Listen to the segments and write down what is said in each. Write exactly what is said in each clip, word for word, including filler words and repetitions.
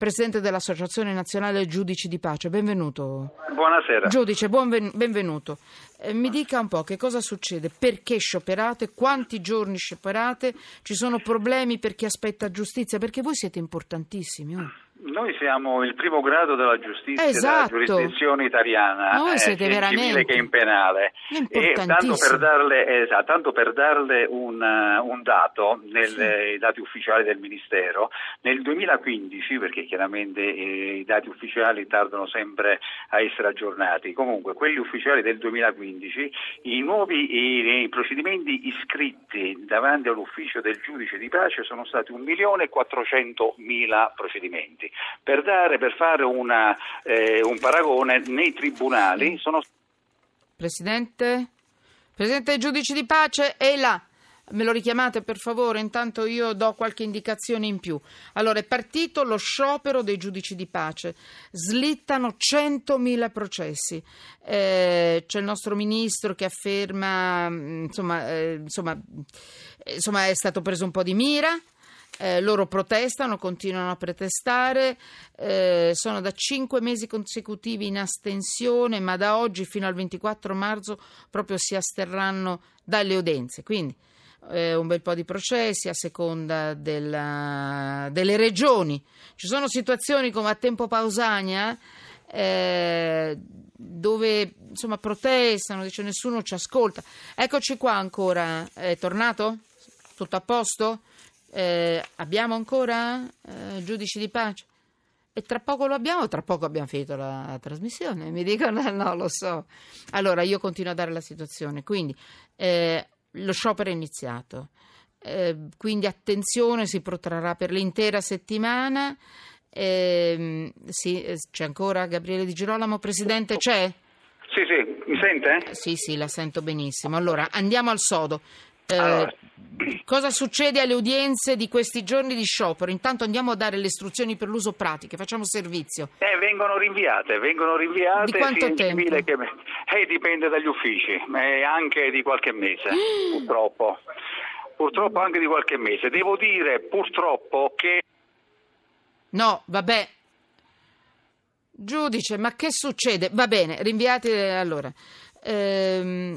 presidente dell'Associazione Nazionale Giudici di Pace. Benvenuto. Buonasera. Giudice, buon ven- benvenuto. Eh, mi dica un po' che cosa succede, perché scioperate, quanti giorni scioperate, ci sono problemi per chi aspetta giustizia, perché voi siete importantissimi. Oh. Noi siamo il primo grado della giustizia, esatto. della giurisdizione italiana, Noi siete eh, sia in civile che in penale. E tanto per darle, esatto, tanto per darle un, uh, un dato, nei sì. dati ufficiali del Ministero, nel duemilaquindici, perché chiaramente eh, i dati ufficiali tardano sempre a essere aggiornati, comunque quelli ufficiali del duemilaquindici, i nuovi i, i procedimenti iscritti davanti all'ufficio del giudice di pace sono stati un milione e quattrocentomila procedimenti. Per dare, per fare una, eh, un paragone, nei tribunali sono... Presidente? Presidente dei giudici di pace, è là. Me lo richiamate per favore, intanto io do qualche indicazione in più. Allora, è partito lo sciopero dei giudici di pace, slittano centomila processi. Eh, c'è il nostro ministro che afferma, insomma, eh, insomma, insomma è stato preso un po' di mira. Eh, loro protestano, continuano a protestare, eh, sono da cinque mesi consecutivi in astensione, ma da oggi fino al ventiquattro marzo proprio si asterranno dalle udienze. Quindi eh, un bel po' di processi a seconda della, delle regioni. Ci sono situazioni come a Tempo Pausania eh, dove insomma protestano, dice nessuno ci ascolta. Eccoci qua ancora, è tornato? Tutto a posto? Eh, abbiamo ancora eh, giudici di pace? E tra poco lo abbiamo, tra poco abbiamo finito la, la trasmissione. Mi dicono no, lo so. Allora io continuo a dare la situazione. Quindi eh, lo sciopero è iniziato, eh, quindi attenzione, si protrarrà per l'intera settimana. Eh, sì, c'è ancora Gabriele Di Girolamo, presidente, c'è? Sì, sì, mi sente? Sì, sì, la sento benissimo. Allora andiamo al sodo. Eh, allora. Cosa succede alle udienze di questi giorni di sciopero? Intanto andiamo a dare le istruzioni per l'uso pratico, facciamo servizio. Eh, vengono rinviate, vengono rinviate. Di quanto sia tempo? Civile che... Eh, dipende dagli uffici, eh, anche di qualche mese, purtroppo. Purtroppo anche di qualche mese. Devo dire purtroppo che... No, vabbè. Giudice, ma che succede? Va bene, rinviate allora. Ehm...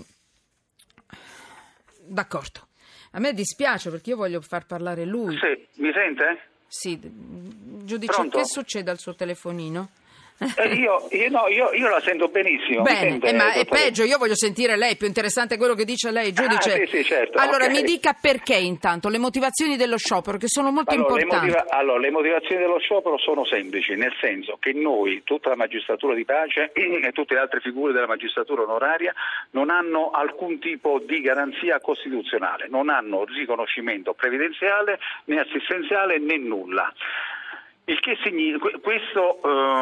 D'accordo. A me dispiace perché io voglio far parlare lui. Sì, mi sente? Sì. Giudice, Pronto? che succede al suo telefonino? Eh, io, io, no, io, io la sento benissimo. Bene, sente, eh, ma è dottore? peggio, io voglio sentire lei, più interessante quello che dice lei, giudice. Ah, sì, sì, certo. Allora, okay. mi dica perché intanto, le motivazioni dello sciopero, che sono molto allora, importanti. Le motiva- allora, le motivazioni dello sciopero sono semplici, nel senso che noi, tutta la magistratura di pace e tutte le altre figure della magistratura onoraria, non hanno alcun tipo di garanzia costituzionale, non hanno riconoscimento previdenziale, né assistenziale, né nulla. Il che significa, questo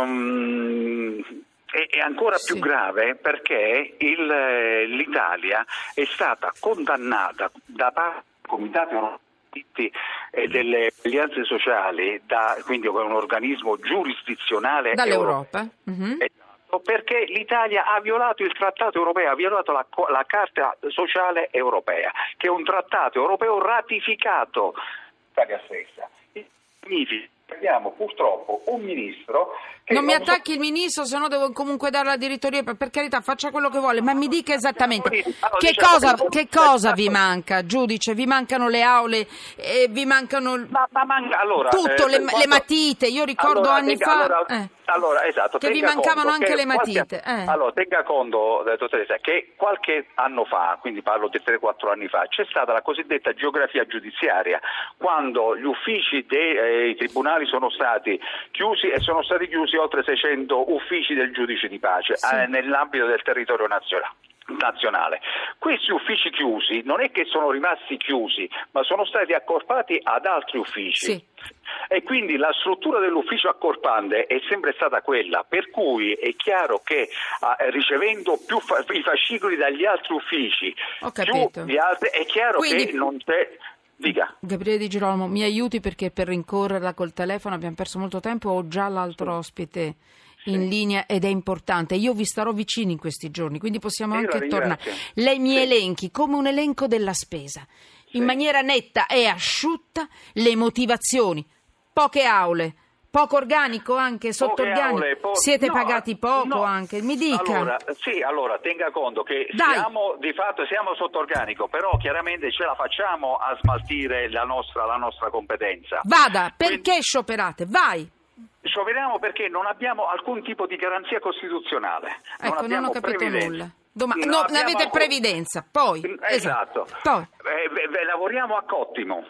um, è, è ancora sì. più grave perché il, l'Italia è stata condannata da parte del Comitato e delle alleanze sociali, da, quindi un organismo giurisdizionale dall'Europa. Mm-hmm. Perché l'Italia ha violato il trattato europeo, ha violato la, la Carta Sociale Europea, che è un trattato europeo ratificato dall'Italia stessa. Significa abbiamo purtroppo un ministro che non mi non attacchi so... il ministro, se no devo comunque dare la dirittoria, per, per carità faccia quello che vuole, ma mi dica esattamente allora, che, diciamo cosa, che... che cosa vi manca, giudice? Vi mancano le aule, eh, vi mancano ma, ma manca, allora, tutto, eh, le, quanto... le matite, io ricordo allora, anni tenga, fa allora, eh, allora, esatto, che vi mancavano anche che le matite qualche... eh. Allora tenga conto, dottoressa, che qualche anno fa, quindi parlo di tre quattro anni fa, c'è stata la cosiddetta geografia giudiziaria, quando gli uffici dei eh, tribunali sono stati chiusi e sono stati chiusi oltre seicento uffici del giudice di pace sì. eh, nell'ambito del territorio nazionale. nazionale. Questi uffici chiusi non è che sono rimasti chiusi, ma sono stati accorpati ad altri uffici. Sì. E quindi la struttura dell'ufficio accorpante è sempre stata quella, per cui è chiaro che eh, ricevendo più fa- i fascicoli dagli altri uffici, Ho capito. più gli altri, è chiaro quindi... che non c'è... Dica. Gabriele Di Girolamo, mi aiuti perché per rincorrerla col telefono abbiamo perso molto tempo, ho già l'altro ospite in linea ed è importante. Io vi starò vicino in questi giorni, quindi possiamo Io anche tornare. Lei mi sì. elenchi come un elenco della spesa, in sì. maniera netta e asciutta, le motivazioni, poche aule, Poco organico anche, sotto organico? Po- Siete no, pagati poco no. anche? Mi dica. Allora, sì, allora tenga conto che siamo di fatto siamo sotto organico, però chiaramente ce la facciamo a smaltire la nostra, la nostra competenza. Vada, perché Quindi, scioperate? Vai! Scioperiamo perché non abbiamo alcun tipo di garanzia costituzionale. Ecco, non, non ho capito previdenza. nulla. Doma- no, non avete alcun... previdenza, poi. Esatto. Poi. Eh, beh, beh, lavoriamo a cottimo.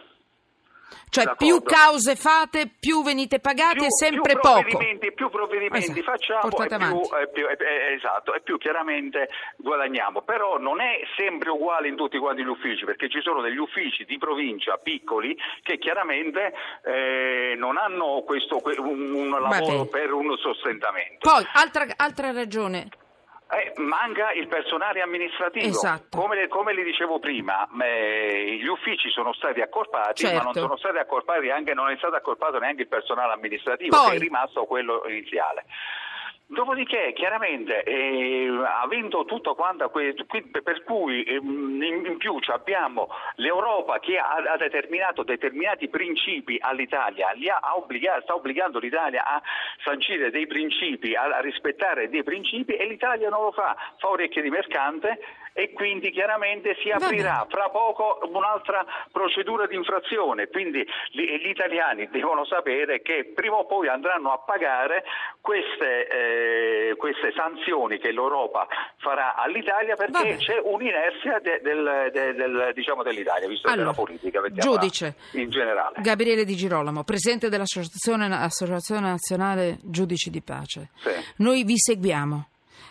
Cioè D'accordo. Più cause fate, più venite pagati più, e sempre più poco. Più provvedimenti esatto. facciamo e più, eh, più, eh, esatto, e più chiaramente guadagniamo. Però non è sempre uguale in tutti quanti gli uffici, perché ci sono degli uffici di provincia piccoli che chiaramente eh, non hanno questo un, un lavoro per un sostentamento. Poi, altra, altra ragione. Eh, manca il personale amministrativo. Esatto. Come, come le dicevo prima, eh, gli uffici sono stati accorpati, certo. ma non sono stati accorpati anche, non è stato accorpato neanche il personale amministrativo, Poi. che è rimasto quello iniziale. Dopodiché, chiaramente, eh, avendo tutto quanto, que- per cui eh, in, in più abbiamo l'Europa che ha, ha determinato determinati principi all'Italia, li ha, ha obbligato, sta obbligando l'Italia a sancire dei principi, a, a rispettare dei principi, e l'Italia non lo fa, fa orecchie di mercante. E quindi chiaramente si aprirà fra poco un'altra procedura di infrazione, quindi gli, gli italiani devono sapere che prima o poi andranno a pagare queste, eh, queste sanzioni che l'Europa farà all'Italia, perché Vabbè. c'è un'inerzia de, del, de, del, diciamo dell'Italia, visto allora, della politica giudice in generale. Gabriele Di Girolamo, presidente dell'Associazione Associazione Nazionale Giudici di Pace. Sì. Noi vi seguiamo.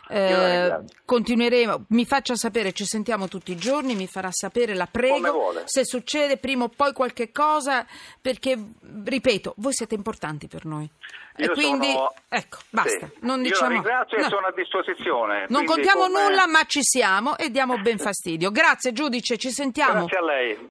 Eh, continueremo, mi faccia sapere, ci sentiamo tutti i giorni, mi farà sapere, la prego, se succede prima o poi qualche cosa, perché ripeto, voi siete importanti per noi. Io e quindi sono... ecco, basta, sì. non diciamo. Io la ringrazio no. e sono a disposizione. Non contiamo come... nulla, ma ci siamo e diamo ben fastidio. Grazie giudice, ci sentiamo. Grazie a lei.